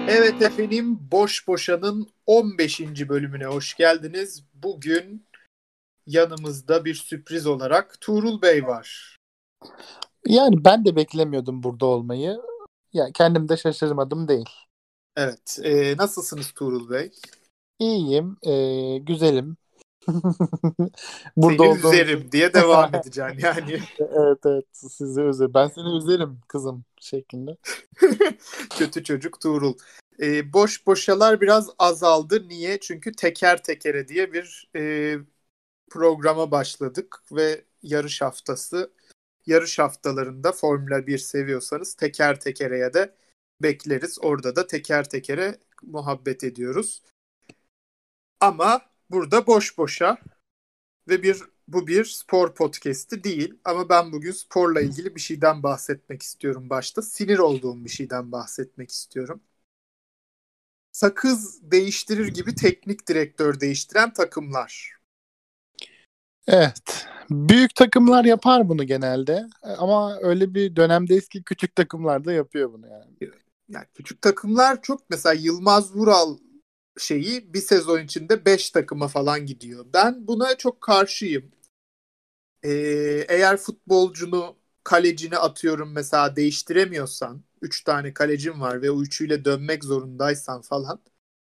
Evet efendim, Boş Boşa'nın 15. bölümüne hoş geldiniz. Bugün yanımızda bir sürpriz olarak Tuğrul Bey var. Yani ben de beklemiyordum burada olmayı. Yani kendim de şaşırmadım değil. Evet, nasılsınız Tuğrul Bey? İyiyim, güzelim. Burada Seni olduğum için. üzerim diye devam edeceksin yani. Evet evet, sizi üzerim. Ben seni üzerim kızım şeklinde. Kötü çocuk Tuğrul. Boş Boşalar biraz azaldı. Niye? Çünkü Teker Tekere diye bir programa başladık ve yarış haftalarında Formula 1 seviyorsanız Teker Tekere'ye de bekleriz. Orada da teker tekere muhabbet ediyoruz. Ama burada boş boşa ve bu bir spor podcast'i değil. Ama ben bugün sporla ilgili bir şeyden bahsetmek istiyorum başta. Sinir olduğum bir şeyden bahsetmek istiyorum. Sakız değiştirir gibi teknik direktör değiştiren takımlar. Evet. Büyük takımlar yapar bunu genelde. Ama öyle bir dönemdeyiz ki küçük takımlar da yapıyor bunu yani. Yani küçük takımlar çok, mesela Yılmaz Vural bir sezon içinde 5 takıma falan gidiyor. Ben buna çok karşıyım. Eğer futbolcunu, kalecini atıyorum mesela değiştiremiyorsan, 3 tane kalecin var ve o üçüyle dönmek zorundaysan falan,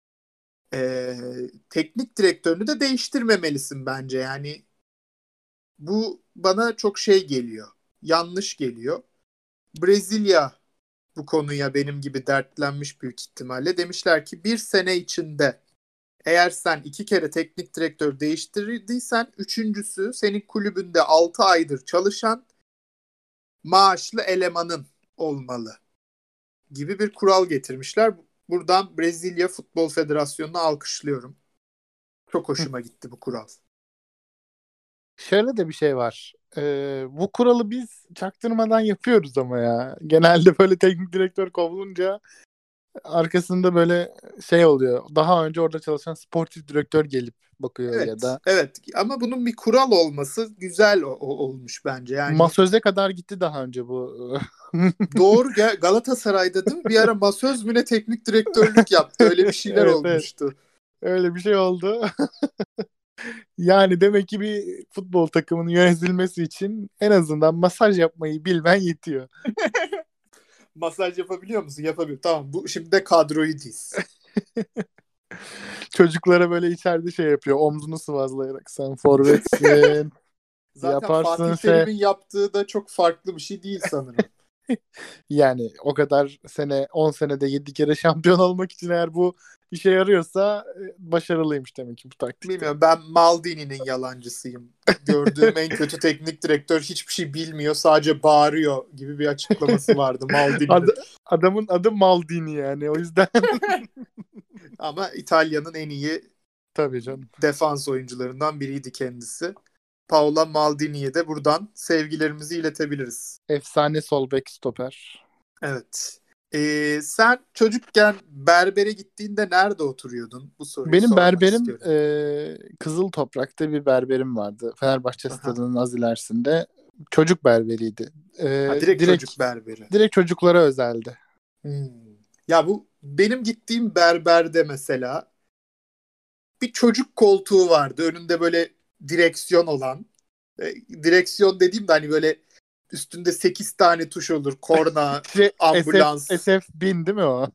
teknik direktörünü de değiştirmemelisin bence. Yani bu bana çok geliyor. Yanlış geliyor. Brezilya bu konuya benim gibi dertlenmiş büyük ihtimalle. Demişler ki bir sene içinde eğer sen 2 kere teknik direktör değiştirdiysen, üçüncüsü senin kulübünde 6 aydır çalışan maaşlı elemanın olmalı gibi bir kural getirmişler. Buradan Brezilya Futbol Federasyonu'nu alkışlıyorum. Çok hoşuma gitti bu kural. Şöyle de bir şey var. Bu kuralı biz çaktırmadan yapıyoruz ama ya. Genelde böyle teknik direktör kovulunca arkasında böyle şey oluyor. Daha önce orada çalışan sportif direktör gelip bakıyor ya Evet, da evet, ama bunun bir kural olması güzel olmuş bence. Yani masöze kadar gitti daha önce bu. doğru, Galatasaray'da değil mi? Bir ara Masöz mü ne teknik direktörlük yaptı. Öyle bir şeyler Evet evet, olmuştu. öyle bir şey oldu. Yani demek ki bir futbol takımının yönetilmesi için en azından masaj yapmayı bilmen yetiyor. Masaj yapabiliyor musun? Yapabiliyor. Tamam, bu şimdi de kadroyu diz. Çocuklara böyle içeride şey yapıyor. Omzunu sıvazlayarak sen forvetsin. Zaten Yaparsın Fatih sen. Terim'in yaptığı da çok farklı bir şey değil sanırım. Yani o kadar sene 10 senede 7 kere şampiyon olmak için eğer bu işe yarıyorsa başarılıymış demek ki bu taktikte. Bilmiyorum, ben Maldini'nin yalancısıyım. Gördüğüm en kötü teknik direktör, hiçbir şey bilmiyor, sadece bağırıyor gibi bir açıklaması vardı Maldini'nin. Adamın adı Maldini yani o yüzden. Ama İtalya'nın en iyi Tabii canım. defans oyuncularından biriydi kendisi. Paolo Maldini'ye de buradan sevgilerimizi iletebiliriz. Efsane sol bek stoper. Evet. Sen çocukken berbere gittiğinde nerede oturuyordun? Bu soruyu Benim sormak berberim istiyorum. Kızıl Toprak'ta bir berberim vardı. Fenerbahçe Aha. Stadı'nın az ilerisinde. Çocuk berberiydi. Ha, direkt Direkt çocuk berberi. direkt çocuklara özeldi. Hmm. Ya bu benim gittiğim berberde mesela bir çocuk koltuğu vardı. Önünde böyle direksiyon olan. Direksiyon dediğim de hani böyle üstünde 8 tane tuş olur. Korna, Şey, ambulans. SF 1000 değil mi o?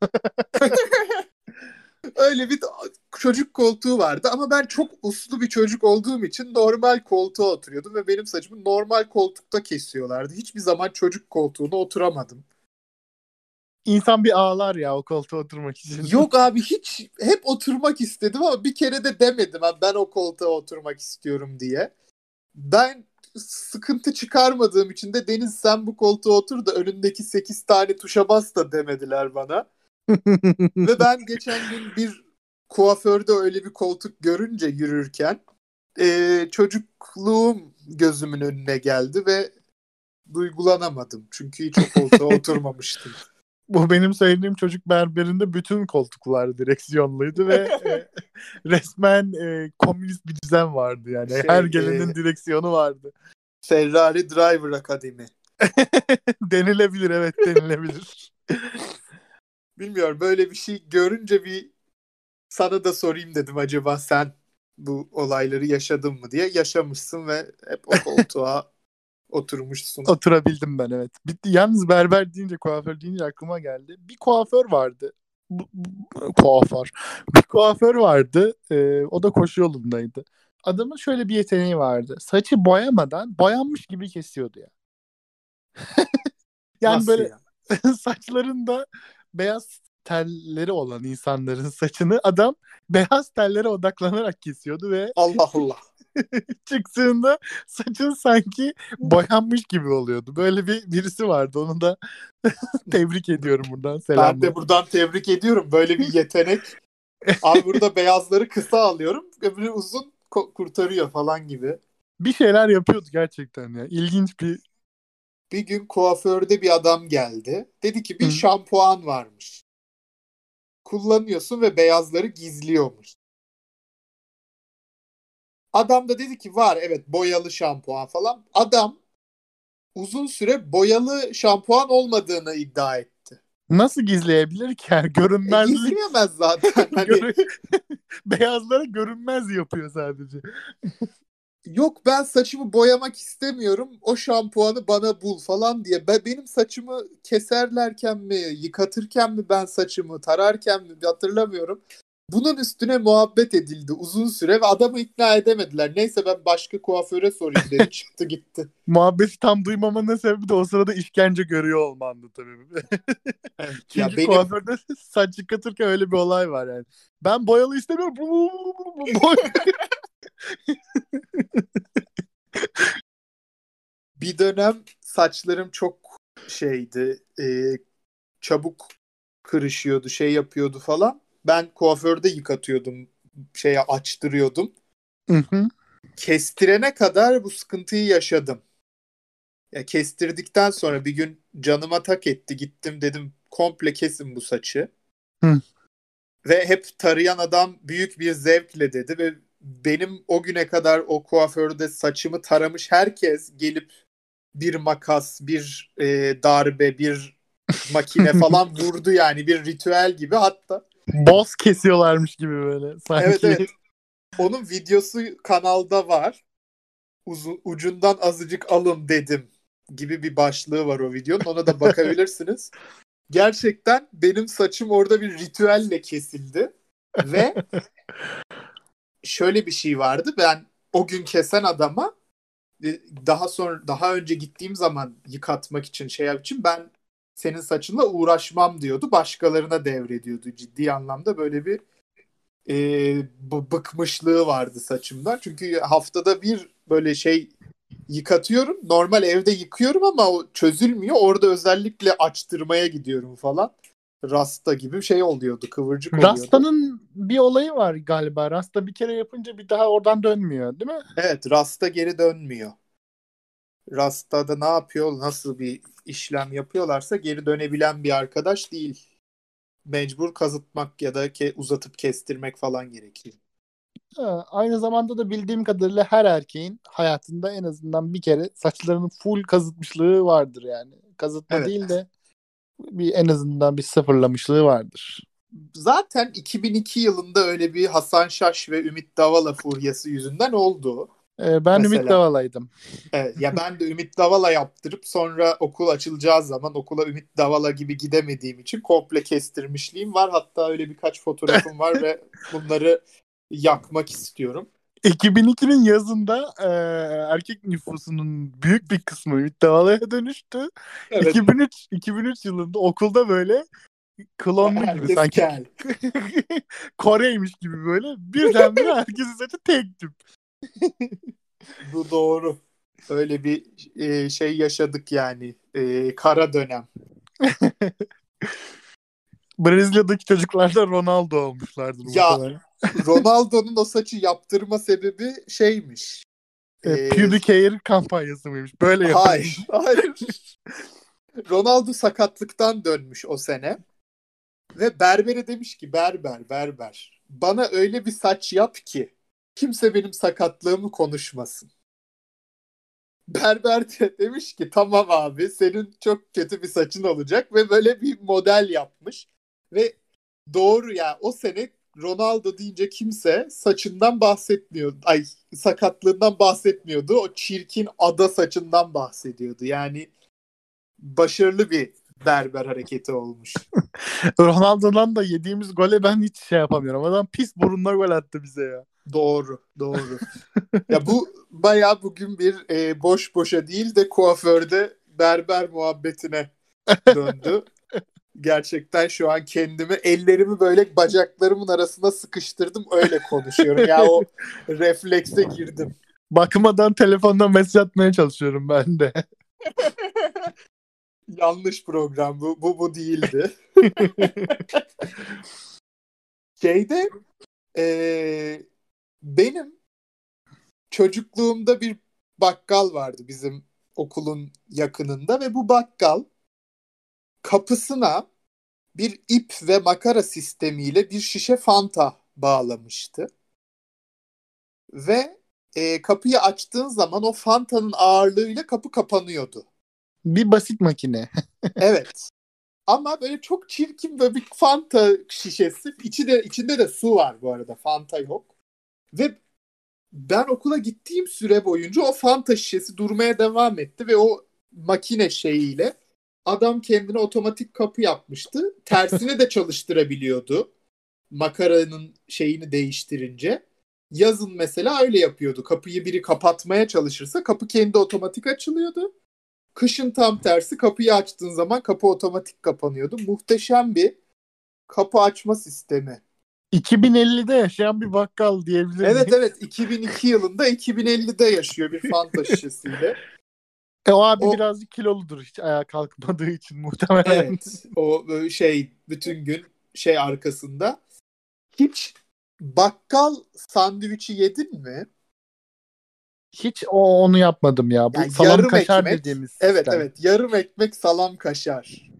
Öyle bir çocuk koltuğu vardı ama ben çok uslu bir çocuk olduğum için normal koltuğa oturuyordum ve benim saçımı normal koltukta kesiyorlardı. Hiçbir zaman çocuk koltuğuna oturamadım. İnsan bir ağlar ya o koltuğa oturmak için. Yok abi, hep oturmak istedim ama bir kere de demedim ben o koltuğa oturmak istiyorum diye. Ben sıkıntı çıkarmadığım için de Deniz sen bu koltuğa otur da önündeki 8 tane tuşa bas da demediler bana. Ve ben geçen gün bir kuaförde öyle bir koltuk görünce yürürken çocukluğum gözümün önüne geldi ve duygulanamadım. Çünkü hiç o koltuğa oturmamıştım. Bu benim söylediğim çocuk berberinde bütün koltuklar direksiyonluydu ve resmen komünist bir düzen vardı yani. Her gelenin direksiyonu vardı. Ferrari Driver Akademi. Denilebilir, evet denilebilir. Bilmiyorum, böyle bir şey görünce bir sana da sorayım dedim, acaba sen bu olayları yaşadın mı diye. Yaşamışsın ve hep o koltuğa oturmuşsun. Oturabildim ben, evet. Bitti. Yalnız berber deyince, kuaför deyince aklıma geldi. Bir kuaför vardı. Kuaför. Bir kuaför vardı. O da koşu yolundaydı. Adamın şöyle bir yeteneği vardı. Saçı boyamadan boyanmış gibi kesiyordu ya. Yani Nasıl böyle ya? saçlarında beyaz telleri olan insanların saçını adam beyaz tellere odaklanarak kesiyordu ve Allah Allah. çıktığında saçın sanki boyanmış gibi oluyordu. Böyle birisi vardı. Onu da tebrik ediyorum buradan. Ben Selamlar. de buradan tebrik ediyorum. Böyle bir yetenek. Abi burada beyazları kısa alıyorum, öbürü uzun kurtarıyor falan gibi. Bir şeyler yapıyordu gerçekten ya. İlginç bir... Bir gün kuaförde bir adam geldi. Dedi ki bir Hı. şampuan varmış. Kullanıyorsun ve beyazları gizliyormuş. Adam da dedi ki var, evet, boyalı şampuan falan. Adam uzun süre boyalı şampuan olmadığını iddia etti. Nasıl gizleyebilir ki? Yani görünmezlik. Gizleyemez zaten. Hani Görü- Beyazlara görünmez yapıyor sadece. yok, ben saçımı boyamak istemiyorum, o şampuanı bana bul falan diye. Benim saçımı keserlerken mi, yıkatırken mi, ben saçımı tararken mi hatırlamıyorum. Bunun üstüne muhabbet edildi uzun süre ve adamı ikna edemediler. Neyse ben başka kuaföre sorayım dedi. Çıktı gitti. Muhabbeti tam duymamanın sebebi de o sırada işkence görüyor olmandı tabii. Evet. Ya Çünkü benim kuaförde saç yıkatırken öyle bir olay var yani. Ben boyalı istemiyorum. bir dönem saçlarım çok şeydi, çabuk kırışıyordu, şey yapıyordu falan. Ben kuaförde yıkatıyordum, şeye açtırıyordum. Hı hı. Kestirene kadar bu sıkıntıyı yaşadım. Ya kestirdikten sonra bir gün canıma tak etti. Gittim dedim komple kesin bu saçı. Hı. Ve hep tarayan adam büyük bir zevkle dedi ve benim o güne kadar o kuaförde saçımı taramış herkes gelip bir makas, bir darbe, bir makine falan vurdu, yani bir ritüel gibi hatta. Boss kesiyorlarmış gibi böyle Evet, sanki. evet. Onun videosu kanalda var. Ucundan azıcık alın dedim gibi bir başlığı var o videonun. Ona da bakabilirsiniz. Gerçekten benim saçım orada bir ritüelle kesildi ve şöyle bir şey vardı. Ben o gün kesen adama daha önce gittiğim zaman yıkatmak için şey için ben senin saçınla uğraşmam diyordu. Başkalarına devrediyordu. Ciddi anlamda böyle bir bıkmışlığı vardı saçımdan. Çünkü haftada bir böyle şey yıkatıyorum. Normal evde yıkıyorum ama o çözülmüyor. Orada özellikle açtırmaya gidiyorum falan. Rasta gibi bir şey oluyordu. Kıvırcık oluyordu. Rasta'nın bir olayı var galiba. Rasta bir kere yapınca bir daha oradan dönmüyor, değil mi? Evet, Rasta geri dönmüyor. Rasta'da ne yapıyor? Nasıl bir işlem yapıyorlarsa geri dönebilen bir arkadaş değil. Mecbur kazıtmak ya da uzatıp kestirmek falan gerekiyor. Ha, aynı zamanda da bildiğim kadarıyla her erkeğin hayatında en azından bir kere saçlarının full kazıtmışlığı vardır yani. Kazıtma Evet. değil de bir en azından bir sıfırlamışlığı vardır. Zaten 2002 yılında öyle bir Hasan Şaş ve Ümit Davala furyası yüzünden oldu. Ben Ümit Mesela. Davala'ydım. Evet, ya ben de Ümit Davala yaptırıp sonra okul açılacağı zaman okula Ümit Davala gibi gidemediğim için komple kestirmişliğim var. Hatta öyle birkaç fotoğrafım var ve bunları yakmak istiyorum. 2002'nin yazında erkek nüfusunun büyük bir kısmı Ümit Davala'ya dönüştü. Evet, 2003 yılında okulda böyle klonlu gibi herkes sanki kel. Kore'ymiş gibi böyle birdenbire herkesin saçı tek tip. Bu doğru. Öyle bir şey yaşadık yani. Kara dönem. Brezilya'daki çocuklar da Ronaldo olmuşlardır Ya muhtemelen. Ronaldo'nun o saçı yaptırma sebebi şeymiş. E, Pubic Hair kampanyası mıymış? Böyle yapın. hayır, hayır. Ronaldo sakatlıktan dönmüş o sene. Ve berbere demiş ki berber bana öyle bir saç yap ki kimse benim sakatlığımı konuşmasın. Berber de demiş ki tamam abi, senin çok kötü bir saçın olacak ve böyle bir model yapmış. Ve doğru ya, o sene Ronaldo deyince kimse saçından bahsetmiyordu. Ay, sakatlığından bahsetmiyordu. O çirkin ada saçından bahsediyordu. Yani başarılı bir berber hareketi olmuş. Ronaldo'dan da yediğimiz gole ben hiç şey yapamıyorum. Adam pis burunla gol attı bize ya. Doğru, doğru. Ya bu bayağı bugün bir boş boşa değil de kuaförde berber muhabbetine döndü. Gerçekten şu an kendimi, ellerimi böyle bacaklarımın arasına sıkıştırdım, öyle konuşuyorum. Ya o reflekse girdim. Bakmadan telefondan mesaj atmaya çalışıyorum ben de. Yanlış program bu. Bu değildi. Şeyde benim çocukluğumda bir bakkal vardı bizim okulun yakınında ve bu bakkal kapısına bir ip ve makara sistemiyle bir şişe Fanta bağlamıştı. Ve kapıyı açtığın zaman o Fanta'nın ağırlığıyla kapı kapanıyordu. Bir basit makine. Evet. Ama böyle çok çirkin böyle bir Fanta şişesi. İçinde de su var bu arada. Fanta yok. Ve ben okula gittiğim süre boyunca o Fanta şişesi durmaya devam etti ve o makine şeyiyle adam kendine otomatik kapı yapmıştı. Tersine de çalıştırabiliyordu. Makaranın şeyini değiştirince. Yazın mesela öyle yapıyordu. Kapıyı biri kapatmaya çalışırsa kapı kendi otomatik açılıyordu. Kışın tam tersi, kapıyı açtığın zaman kapı otomatik kapanıyordu. Muhteşem bir kapı açma sistemi. 2050'de yaşayan bir bakkal diyebilir Evet miyiz? evet, 2002 yılında 2050'de yaşıyor bir Fanta şişesiyle. O abi O birazcık kiloludur hiç ayağa kalkmadığı için muhtemelen. evet, o böyle şey bütün gün şey arkasında. Hiç bakkal sandviçi yedin mi? Hiç onu yapmadım ya. Bu Yani salam yarım kaşar ekmek. dediğimiz Evet sistem. evet, yarım ekmek salam kaşar.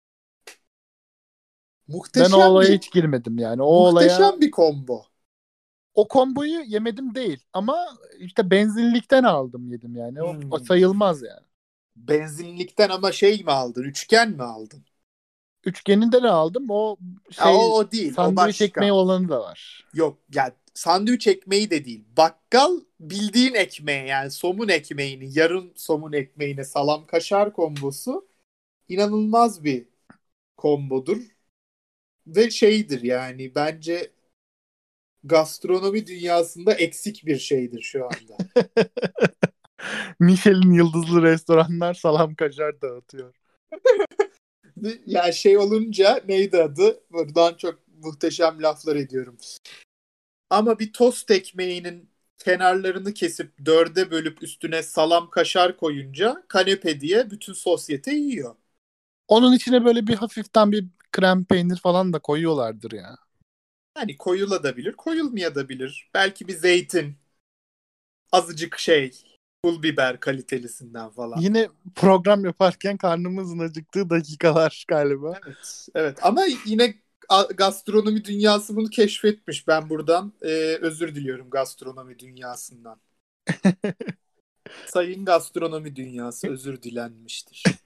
Ben o Muhteşem olaya bir hiç girmedim yani. O olaya muhteşem bir combo. o komboyu yemedim değil ama işte benzinlikten aldım yedim yani. O Hmm. sayılmaz yani. Benzinlikten ama şey mi aldın? Üçgen mi aldın? Üçgeninde de aldım. O Ya şey o değil. O sandviç ekmeği başka. olanı da var. Yok yani sandviç ekmeği de değil. Bakkal bildiğin ekmeği, yani somun ekmeğini, yarım somun ekmeğine salam kaşar kombosu inanılmaz bir kombodur. Ve şeydir yani, bence gastronomi dünyasında eksik bir şeydir şu anda. Michelin yıldızlı restoranlar salam kaşar dağıtıyor. Yani şey olunca neydi adı? Buradan çok muhteşem laflar ediyorum. Ama bir tost ekmeğinin kenarlarını kesip dörde bölüp üstüne salam kaşar koyunca kanepe diye bütün sosyete yiyor. Onun içine böyle bir hafiften bir krem peynir falan da koyuyorlardır ya. Yani koyulabilir, koyulmayabilir. Belki bir zeytin, azıcık şey, pul biber kalitelisinden falan. Yine program yaparken karnımızın acıktığı dakikalar galiba. Evet, evet. Ama yine gastronomi dünyası bunu keşfetmiş. Ben buradan özür diliyorum gastronomi dünyasından. Sayın gastronomi dünyası, özür dilenmiştir.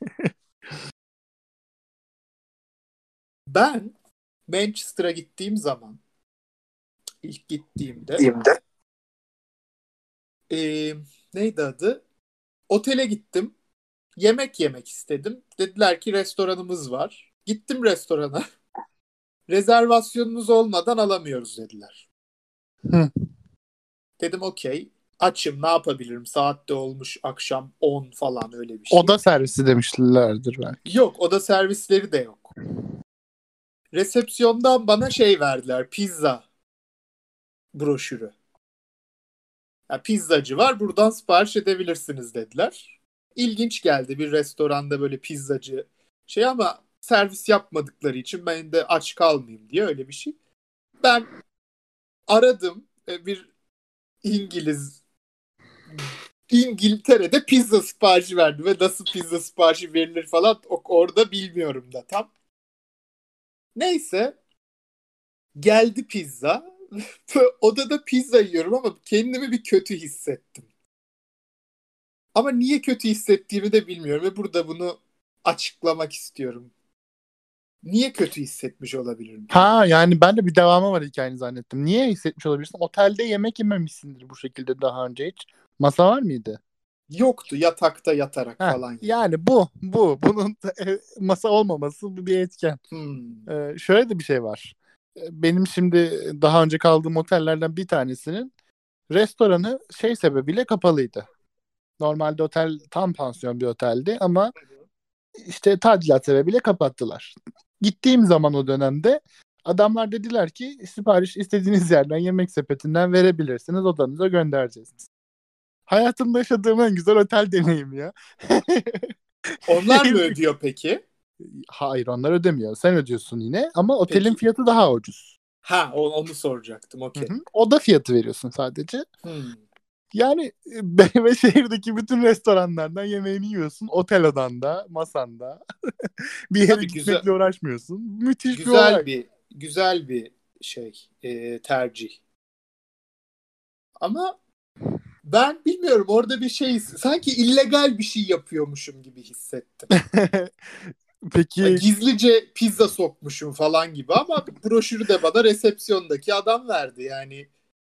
Ben Manchester'a gittiğim zaman, ilk gittiğimde e, neydi adı? Otele gittim. Yemek yemek istedim. Dediler ki restoranımız var. Gittim restorana. Rezervasyonunuz olmadan alamıyoruz dediler. Hı. Dedim okey. Açım, ne yapabilirim? Saat de olmuş akşam 10 falan, öyle bir şey. Oda servisi demişlerdir belki. Yok, oda servisleri de yok. Resepsiyondan bana şey verdiler. Pizza broşürü. Ya, pizzacı var, buradan sipariş edebilirsiniz dediler. İlginç geldi bir restoranda böyle pizzacı şey, ama servis yapmadıkları için ben de aç kalmayayım diye öyle bir şey. Ben aradım bir İngiliz, İngiltere'de pizza siparişi verdi ve nasıl pizza siparişi verilir falan orada bilmiyorum da tam. Neyse, geldi pizza. Odada pizza yiyorum ama kendimi bir kötü hissettim. Ama niye kötü hissettiğimi de bilmiyorum ve burada bunu açıklamak istiyorum. Niye kötü hissetmiş olabilirim ki? Ha yani ben de bir devamı var hikayenin zannettim. Niye hissetmiş olabilirsin? Otelde yemek yememişsindir bu şekilde daha önce hiç. Masa var mıydı? Yoktu, yatakta yatarak Ha falan yedim. yani bunun masa olmaması bir etken. Hmm. Şöyle de bir şey var. Benim şimdi daha önce kaldığım otellerden bir tanesinin restoranı şey sebebiyle kapalıydı. Normalde otel tam pansiyon bir oteldi ama işte tadilat sebebiyle kapattılar. Gittiğim zaman o dönemde adamlar dediler ki sipariş istediğiniz yerden yemek sepetinden verebilirsiniz, odanıza göndereceğiz. Hayatımda yaşadığım en güzel otel deneyimi ya. Onlar mı Şehir... ödüyor peki? Hayır, onlar ödemiyor. Sen ödüyorsun yine ama otelin Peki. fiyatı daha ucuz. Ha, onu soracaktım. Hı Okey. hı. Oda fiyatı veriyorsun sadece. Hmm. Yani ve şehirdeki bütün restoranlardan yemeğini yiyorsun. Otel odanda, masanda. Bir yere Tabii güzel gitmekle uğraşmıyorsun. Müthiş bir olay. güzel bir şey, tercih. Ama ben bilmiyorum, orada bir şey sanki illegal bir şey yapıyormuşum gibi hissettim. Peki Gizlice pizza sokmuşum falan gibi, ama broşürü de bana resepsiyondaki adam verdi yani.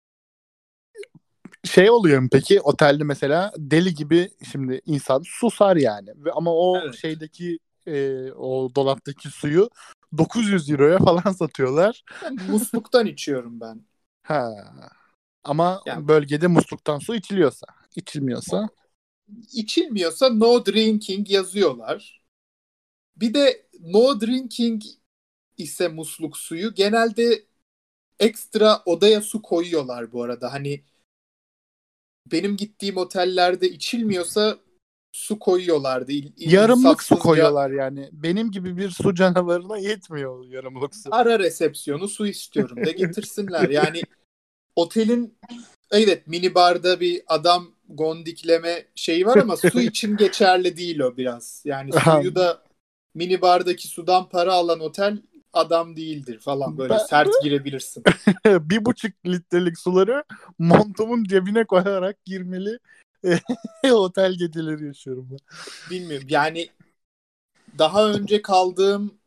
şey oluyor mu peki otelde mesela deli gibi şimdi insan susar yani. Ama o Evet. şeydeki o dolaptaki suyu 900 euroya falan satıyorlar. Musluktan içiyorum ben. Ha. Ama Yani bölgede musluktan su içiliyorsa, içilmiyorsa. içilmiyorsa no drinking yazıyorlar. Bir de no drinking ise musluk suyu genelde ekstra odaya su koyuyorlar bu arada. Hani benim gittiğim otellerde içilmiyorsa su koyuyorlardı. Yarımlık su İnsafsızca koyuyorlar yani. Benim gibi bir su canavarına yetmiyor yarımlık su. ara resepsiyonu su istiyorum de getirsinler. Yani otelin, evet, minibarda bir adam gondikleme şeyi var ama su için geçerli değil o biraz. Yani suyu da minibardaki sudan para alan otel adam değildir falan, böyle Ben sert girebilirsin. 1,5 litrelik suları montumun cebine koyarak girmeli otel geceleri yaşıyorum ben. Bilmiyorum yani, daha önce kaldığım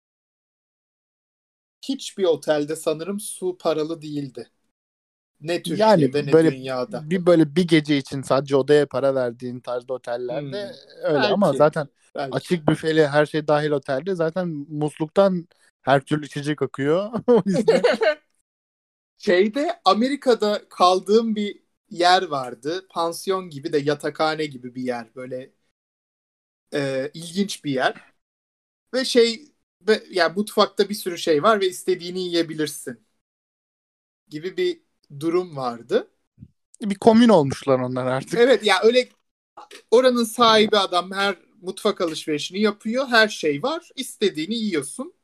hiçbir otelde sanırım su paralı değildi. Ne Yani Türkiye'de ne dünyada. böyle bir gece için sadece odaya para verdiğin tarzda otellerde Hmm. öyle ama Belki. zaten Belki. açık büfeli her şey dahil otelde zaten musluktan her türlü içecek akıyor. O yüzden Şeyde, Amerika'da kaldığım bir yer vardı. Pansiyon gibi de yatakhane gibi bir yer. Böyle ilginç bir yer. Ve yani mutfakta bir sürü şey var ve istediğini yiyebilirsin gibi bir durum vardı. bir komün olmuşlar onlar artık. Evet ya, öyle oranın sahibi adam her mutfak alışverişini yapıyor. Her şey var. İstediğini yiyorsun.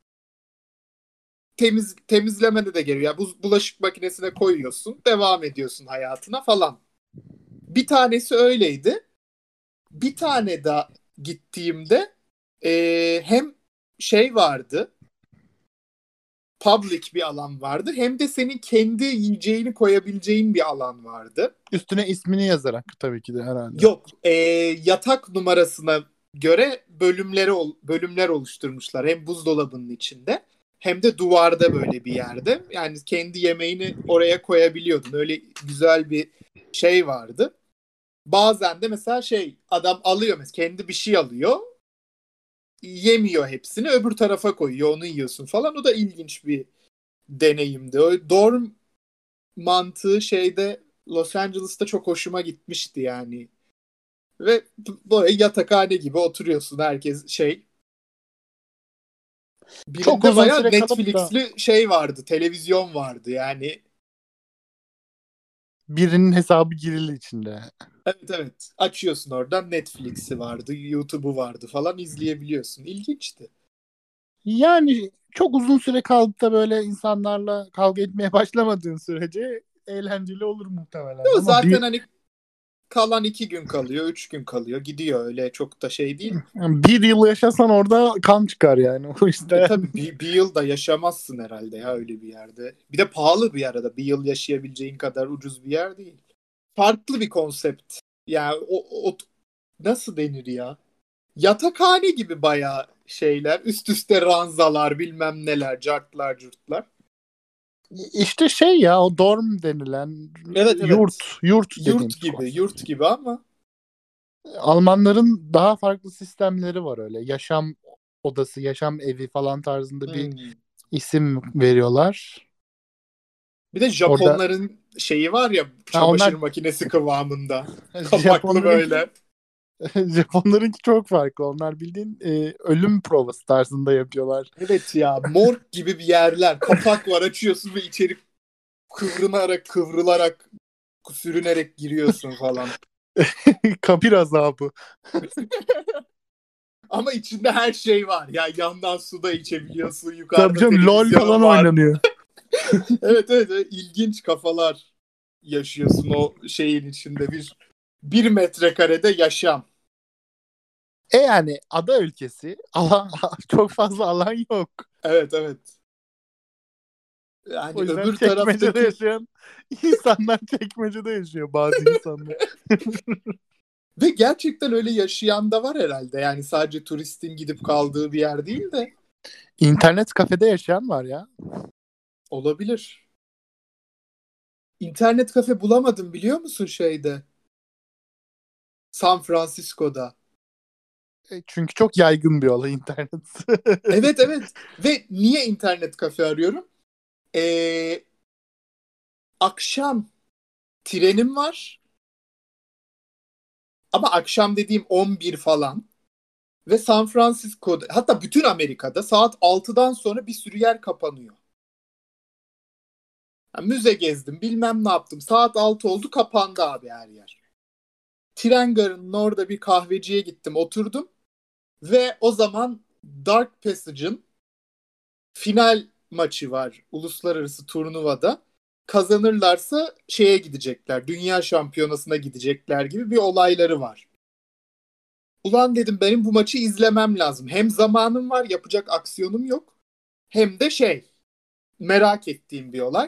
Temizlemede de geliyor. Yani bulaşık makinesine koyuyorsun. Devam ediyorsun hayatına falan. Bir tanesi öyleydi. Bir tane daha gittiğimde hem şey vardı, public bir alan vardı, hem de senin kendi yiyeceğini koyabileceğin bir alan vardı. Üstüne ismini yazarak tabii ki de herhalde. Yok, yatak numarasına göre bölümler oluşturmuşlar. Hem buzdolabının içinde hem de duvarda böyle bir yerde. Yani kendi yemeğini oraya koyabiliyordun. Öyle güzel bir şey vardı. Bazen de mesela adam alıyor, mesela kendi bir şey alıyor. Yemiyor hepsini, öbür tarafa koyuyor, onu yiyorsun falan. O da ilginç bir deneyimdi. O dorm mantığı Los Angeles'ta çok hoşuma gitmişti yani. Ve böyle yatakhane gibi oturuyorsun, herkes Çok birinde uzun bayağı süre kalıp da Netflix'li vardı, televizyon vardı yani. birinin hesabı girili içinde. Evet, evet, açıyorsun, oradan Netflix'i vardı, YouTube'u vardı falan, izleyebiliyorsun. İlginçti. Yani çok uzun süre kalıp da böyle insanlarla kavga etmeye başlamadığın sürece eğlenceli olur muhtemelen. Yo, Ama zaten hani kalan 2 gün kalıyor, 3 gün kalıyor, gidiyor, öyle çok da şey değil. yani bir yıl yaşasan orada kan çıkar yani. O yüzden Tabii bir yıl da yaşamazsın herhalde ya öyle bir yerde. Bir de pahalı bir arada. Bir yıl yaşayabileceğin kadar ucuz bir yer değil. Farklı bir konsept. Yani nasıl denir ya? Yatakhane gibi bayağı şeyler. Üst üste ranzalar, bilmem neler, cartlar, curtlar. İşte şey ya, o dorm denilen Evet, evet. yurt dediğimiz Yurt gibi, konsept. yurt gibi ama Almanların daha farklı sistemleri var öyle. Yaşam odası, yaşam evi falan tarzında bir isim veriyorlar. bir de Orada Japonların şeyi var ya, çamaşır onlar makinesi kıvamında. Kapaklı Japonlarınki böyle. Japonlarınki çok farklı. Onlar bildiğin ölüm provası tarzında yapıyorlar. Evet ya, morg gibi bir yerler. Kapak var, açıyorsun ve içeri kıvrılarak, kıvrılarak, sürünerek giriyorsun falan. Kabir azabı. Ama içinde her şey var. Ya yandan su da içebiliyorsun. Tabii Yukarıda canım, LOL televizyonun falan var. oynanıyor. Evet, evet, evet. İlginç kafalar yaşıyorsun o şeyin içinde. Bir metrekarede yaşam. Yani ada ülkesi. Çok fazla alan yok. Evet, evet. Yani O yüzden öbür çekmecede taraftaki yaşayan insanlar çekmecede yaşıyor, bazı insanlar. ve gerçekten öyle yaşayan da var herhalde. Yani sadece turistin gidip kaldığı bir yer değil de İnternet kafede yaşayan var ya. olabilir. İnternet kafe bulamadım, biliyor musun şeyde? San Francisco'da. Çünkü çok yaygın bir olay internet. Evet, evet. Ve niye internet kafe arıyorum? Ee, Akşam trenim var. Ama akşam dediğim 11 falan. Ve San Francisco'da, hatta bütün Amerika'da saat 6'dan sonra bir sürü yer kapanıyor. Yani müze gezdim, bilmem ne yaptım. Saat 6 oldu, kapandı abi her yer. Tren garının orada bir kahveciye gittim, oturdum. Ve o zaman Dark Passage'ın final maçı var uluslararası turnuvada. Kazanırlarsa şeye gidecekler, dünya şampiyonasına gidecekler gibi bir olayları var. Ulan dedim, benim bu maçı izlemem lazım. Hem zamanım var, yapacak aksiyonum yok. Hem de merak ettiğim bir olay.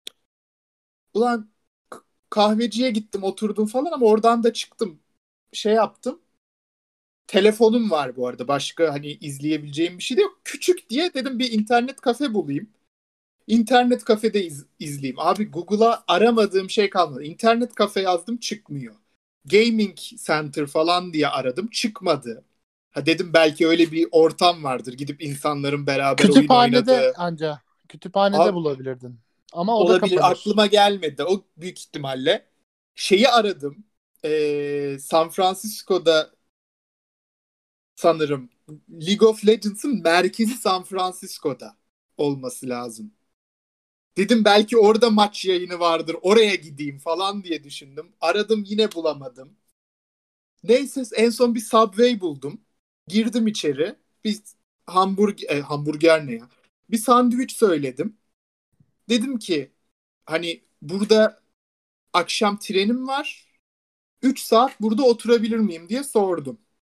Ulan kahveciye gittim, oturdum falan ama oradan da çıktım. Yaptım. Telefonum var bu arada. Başka hani izleyebileceğim bir şey de yok. Küçük diye dedim bir internet kafe bulayım. İnternet kafede izleyeyim. Abi Google'a aramadığım şey kalmadı. İnternet kafe yazdım, çıkmıyor. Gaming Center falan diye aradım, çıkmadı. Ha dedim, belki öyle bir ortam vardır. Gidip insanların beraber oyun Kütüphanede oynadığı. anca. Kütüphanede Abi, bulabilirdin. Ama o da olabilir, kapanır. aklıma gelmedi. O büyük ihtimalle. Şeyi aradım. San Francisco'da sanırım League of Legends'ın merkezi San Francisco'da olması lazım. Dedim belki orada maç yayını vardır, oraya gideyim falan diye düşündüm. Aradım, yine bulamadım. Neyse, en son bir Subway buldum. Girdim içeri. Bir hamburger ne ya? Bir sandviç söyledim. Dedim ki hani burada akşam trenim var. 3 saat burada oturabilir miyim diye sordum.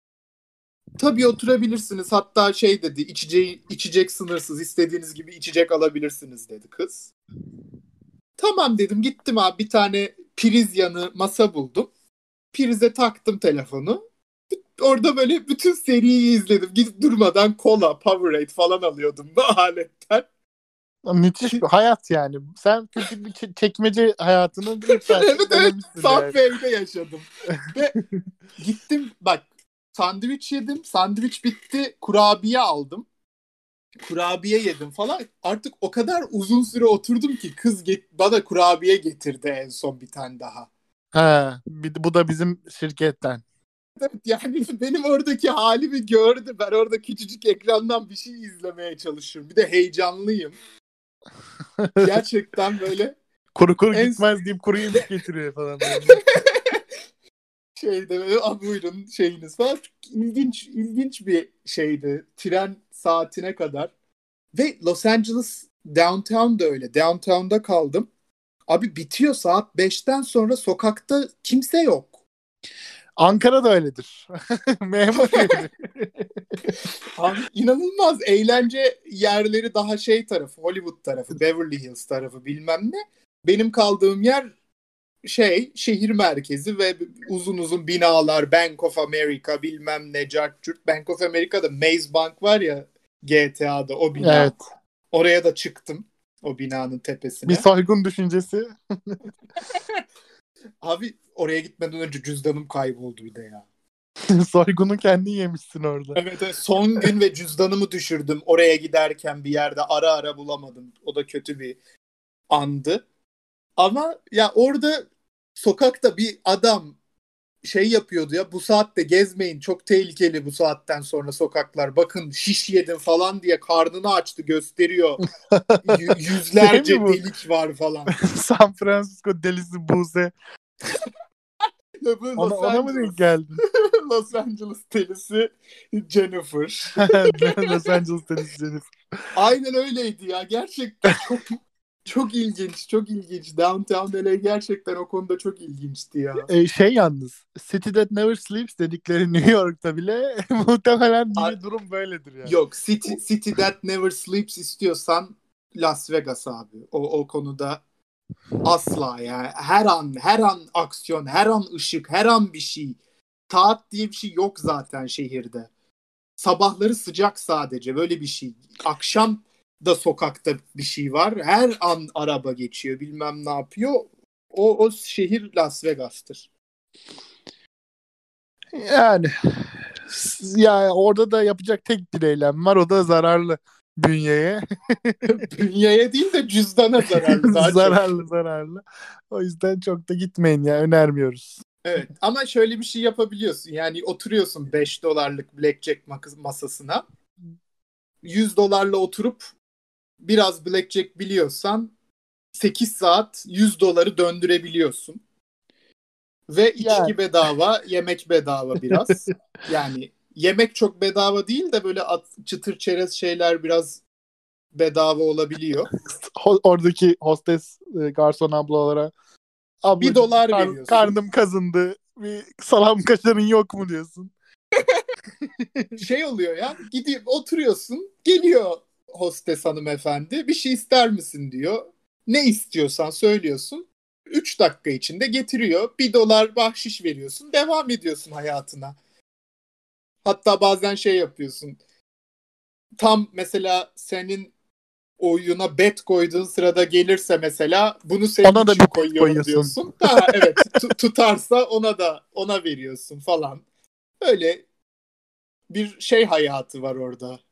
Tabii oturabilirsiniz. Hatta dedi, içecek sınırsız, istediğiniz gibi içecek alabilirsiniz dedi kız. Tamam dedim, gittim abi, bir tane priz yanı masa buldum. Prize taktım telefonu. Orada böyle bütün seriyi izledim. Gidip durmadan kola, Powerade falan alıyordum bu aletten. Müthiş bir hayat yani. Sen küçük bir çekmece hayatını bir Evet, saatte evet, denemişsin yani. Subway'de yaşadım. Ve gittim bak, sandviç yedim. Sandviç bitti. Kurabiye aldım. Kurabiye yedim falan. Artık o kadar uzun süre oturdum ki kız bana kurabiye getirdi en son bir tane daha. Ha, bu da bizim şirketten. Evet, yani benim oradaki halimi gördü. Ben orada küçücük ekrandan bir şey izlemeye çalışıyorum. Bir de heyecanlıyım. Gerçekten böyle Kuru kuru en gitmez deyip kuru yemiş getiriyor falan böyle. böyle, buyurun şeyiniz falan. Çok ilginç bir şeydi. Tren saatine kadar. Ve Los Angeles downtown da öyle. Downtown'da kaldım. Abi bitiyor saat 5'ten sonra, sokakta kimse yok. Ankara da öyledir. Memur gibi. Abi inanılmaz, eğlence yerleri daha tarafı, Hollywood tarafı, Beverly Hills tarafı, bilmem ne. Benim kaldığım yer şehir merkezi ve uzun uzun binalar, Bank of America bilmem ne, Cart Curt. Bank of America'da Maze Bank var ya, GTA'da o bina. Evet. Oraya da çıktım, o binanın Bir tepesine. soygun düşüncesi. Abi oraya gitmeden önce cüzdanım kayboldu bir de ya. Soygunu kendin yemişsin orada. Evet, son gün ve cüzdanımı düşürdüm oraya giderken, bir yerde ara ara bulamadım. O da kötü bir andı. Ama ya orada sokakta bir adam yapıyordu ya, bu saatte gezmeyin, çok tehlikeli bu saatten sonra sokaklar, bakın şiş yedim falan diye karnını açtı, gösteriyor. Yüzlerce delik var falan. San Francisco delisi Buse. Ona mı denk geldin? Los Angeles delisi Jennifer. Los Angeles delisi Jennifer. Aynen öyleydi ya, gerçekten çok ilginç, çok ilginç. Downtown LA gerçekten o konuda çok ilginçti ya. Yalnız City That Never Sleeps dedikleri New York'ta bile muhtemelen bir durum böyledir yani. Yok, City That Never Sleeps istiyorsan Las Vegas abi. O konuda asla yani. Her an aksiyon, her an ışık, her an bir şey. Saat diye bir şey yok zaten şehirde. Sabahları sıcak sadece, böyle bir şey. Akşam da sokakta bir şey var. Her an araba geçiyor, bilmem ne yapıyor. O şehir Las Vegas'tır. Yani ya orada da yapacak tek bir eylem var. O da zararlı bünyeye. Bünyeye değil de cüzdana zararlı daha çok. Zararlı. O yüzden çok da gitmeyin ya, önermiyoruz. Evet, ama şöyle bir şey yapabiliyorsun. Yani oturuyorsun $5 blackjack masasına. $100 oturup biraz blackjack biliyorsan 8 saat $100 döndürebiliyorsun. Ve içki bedava, yemek bedava biraz. Yani yemek çok bedava değil de böyle çıtır çerez şeyler biraz bedava olabiliyor. Oradaki hostes garson ablalara, ablacığım $1 veriyorsun. karnım kazındı, bir salam kaşarın yok mu diyorsun. Oluyor ya, gidip oturuyorsun, geliyor hostes hanımefendi, bir şey ister misin diyor. Ne istiyorsan söylüyorsun. 3 dakika içinde getiriyor. $1 bahşiş veriyorsun. Devam ediyorsun hayatına. Hatta bazen yapıyorsun. Tam mesela senin oyuna bet koyduğun sırada gelirse mesela, bunu senin ona için da bir koyuyorum diyorsun. Evet, tutarsa ona veriyorsun falan. Öyle bir hayatı var orada.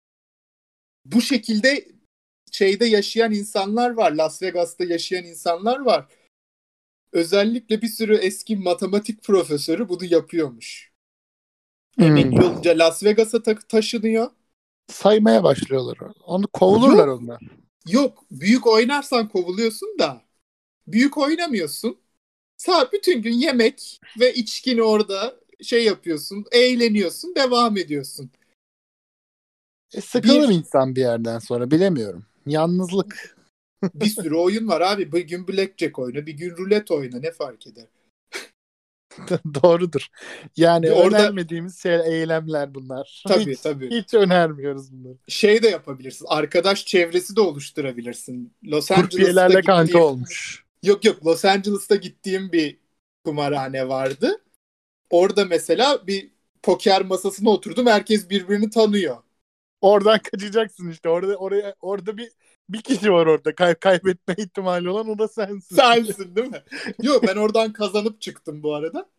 Bu şekilde yaşayan insanlar var. Las Vegas'ta yaşayan insanlar var. Özellikle bir sürü eski matematik profesörü bunu yapıyormuş. Emekli olunca Las Vegas'a taşınıyor. Saymaya başlıyorlar. Onu kovulurlar onlar. Yok. Büyük oynarsan kovuluyorsun da. Büyük oynamıyorsun. Bütün gün yemek ve içkini orada yapıyorsun. Eğleniyorsun. Devam ediyorsun. Sıkılır insan bir yerden sonra, bilemiyorum. Yalnızlık. Bir sürü oyun var abi. Bir gün blackjack oyna, bir gün rulet oyna. Ne fark eder? Doğrudur. Yani orada önermediğimiz eylemler bunlar. Tabii. Hiç önermiyoruz bunları. De yapabilirsin. Arkadaş çevresi de oluşturabilirsin. Los Angeles'ta Kurpiyelerle kanka olmuş. Yok, Los Angeles'ta gittiğim bir kumarhane vardı. Orada mesela bir poker masasına oturdum. Herkes birbirini tanıyor. Oradan kaçacaksın işte. Orada bir kişi var orada. Kaybetme ihtimali olan, o da sensin. Sensin değil mi? Yok, ben oradan kazanıp çıktım bu arada.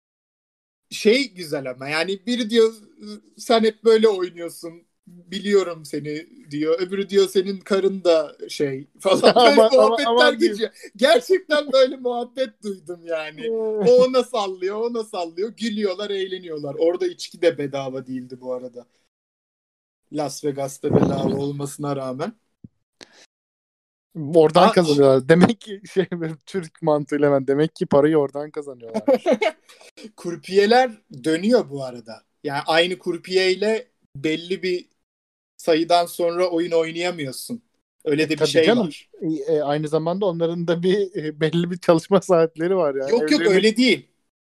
Güzel ama yani biri diyor sen hep böyle oynuyorsun, biliyorum seni diyor. Öbürü diyor senin karın da falan. Böyle muhabbetler geçiyor. Gerçekten böyle muhabbet duydum yani. O ona sallıyor. Gülüyorlar, eğleniyorlar. Orada içki de bedava değildi bu arada. Las Vegas'ta bedava olmasına rağmen. Oradan kazanıyorlar. Demek ki Türk mantığıyla hemen, demek ki parayı oradan kazanıyorlar. Kurpiyeler dönüyor bu arada. Yani aynı kurpiyeyle belli bir sayıdan sonra oyun oynayamıyorsun. Öyle de bir şey canım. var. Aynı zamanda onların da belli bir çalışma saatleri var yani. Yok öyle değil.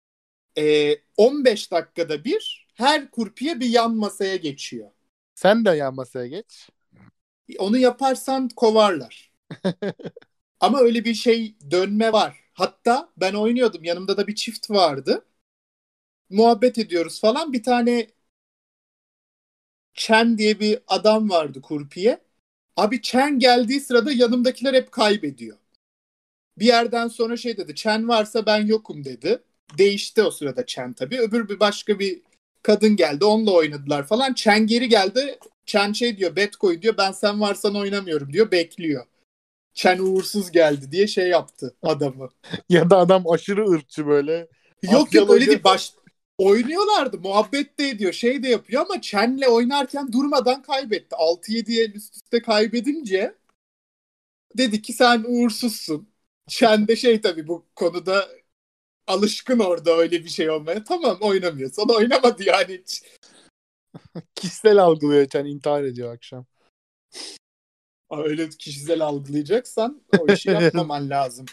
15 dakikada bir her kurpiye bir yan masaya geçiyor. Sen de yan masaya geç. Onu yaparsan kovarlar. Ama öyle bir dönme var. Hatta ben oynuyordum. Yanımda da bir çift vardı. Muhabbet ediyoruz falan. Bir tane Chen diye bir adam vardı, kurpiye. Abi Chen geldiği sırada yanımdakiler hep kaybediyor. Bir yerden sonra şey dedi. Chen varsa ben yokum dedi. Değişti o sırada Chen tabii. Başka bir kadın geldi. Onunla oynadılar falan. Chen geri geldi. Chen şey diyor. Bet koy diyor. Ben sen varsan oynamıyorum diyor. Bekliyor. Chen uğursuz geldi diye şey yaptı adamı. Ya da adam aşırı ırkçı böyle. Yok öyle değil. Oynuyorlardı. Muhabbet de ediyor. Şey de yapıyor ama Chen'le oynarken durmadan kaybetti. 6-7 el üst üste kaybedince dedi ki sen uğursuzsun. Chen de şey tabii bu konuda alışkın orada öyle bir şey olmaya. Tamam oynamıyorsan oynamadı yani hiç. Kişisel algılıyor, yani intihar ediyor akşam. Öyle kişisel algılayacaksan o işi yapmaman lazım.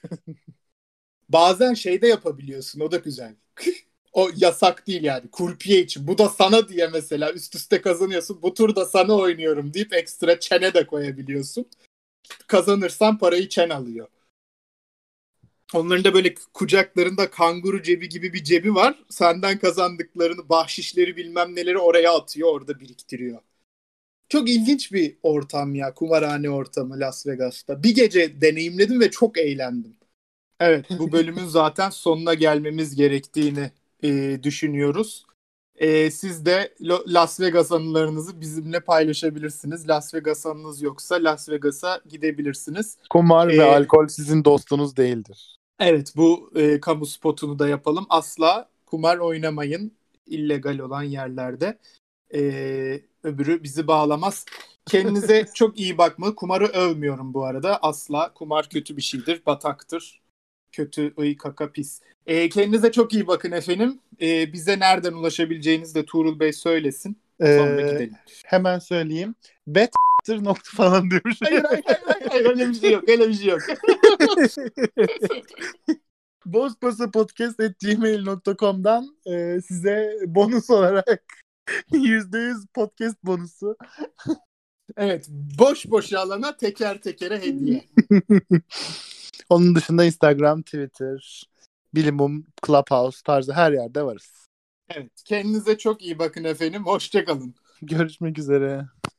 Bazen şey de yapabiliyorsun. O da güzel. O yasak değil yani. Kurpiye için. Bu da sana diye mesela üst üste kazanıyorsun. Bu tur da sana oynuyorum deyip ekstra çene de koyabiliyorsun. Kazanırsan parayı çen alıyor. Onların da böyle kucaklarında kanguru cebi gibi bir cebi var. Senden kazandıklarını, bahşişleri bilmem neleri oraya atıyor. Orada biriktiriyor. Çok ilginç bir ortam ya. Kumarhane ortamı Las Vegas'ta. Bir gece deneyimledim ve çok eğlendim. Evet, bu bölümün zaten sonuna gelmemiz gerektiğini düşünüyoruz. Siz de Las Vegas anılarınızı bizimle paylaşabilirsiniz. Las Vegas anınız yoksa Las Vegas'a gidebilirsiniz. Kumar ve alkol sizin dostunuz değildir. Evet, bu kamu spotunu da yapalım. Asla kumar oynamayın illegal olan yerlerde. Öbürü bizi bağlamaz. Kendinize çok iyi bakma. Kumarı övmüyorum bu arada. Asla. Kumar kötü bir şeydir, bataktır. Kötü, kaka, pis. Kendinize çok iyi bakın efendim. Bize nereden ulaşabileceğinizi de Tuğrul Bey söylesin. Sonra gidelim. Hemen söyleyeyim. nokta falan demiş. Hayır, öyle bir şey yok. Öyle bir şey yok. Boşpasapodcast@gmail.com'dan size bonus olarak %100 podcast bonusu. Evet. Boş alana teker tekere hediye. Onun dışında Instagram, Twitter, Bilimum, Clubhouse tarzı her yerde varız. Evet. Kendinize çok iyi bakın efendim. Hoşça kalın. Görüşmek üzere.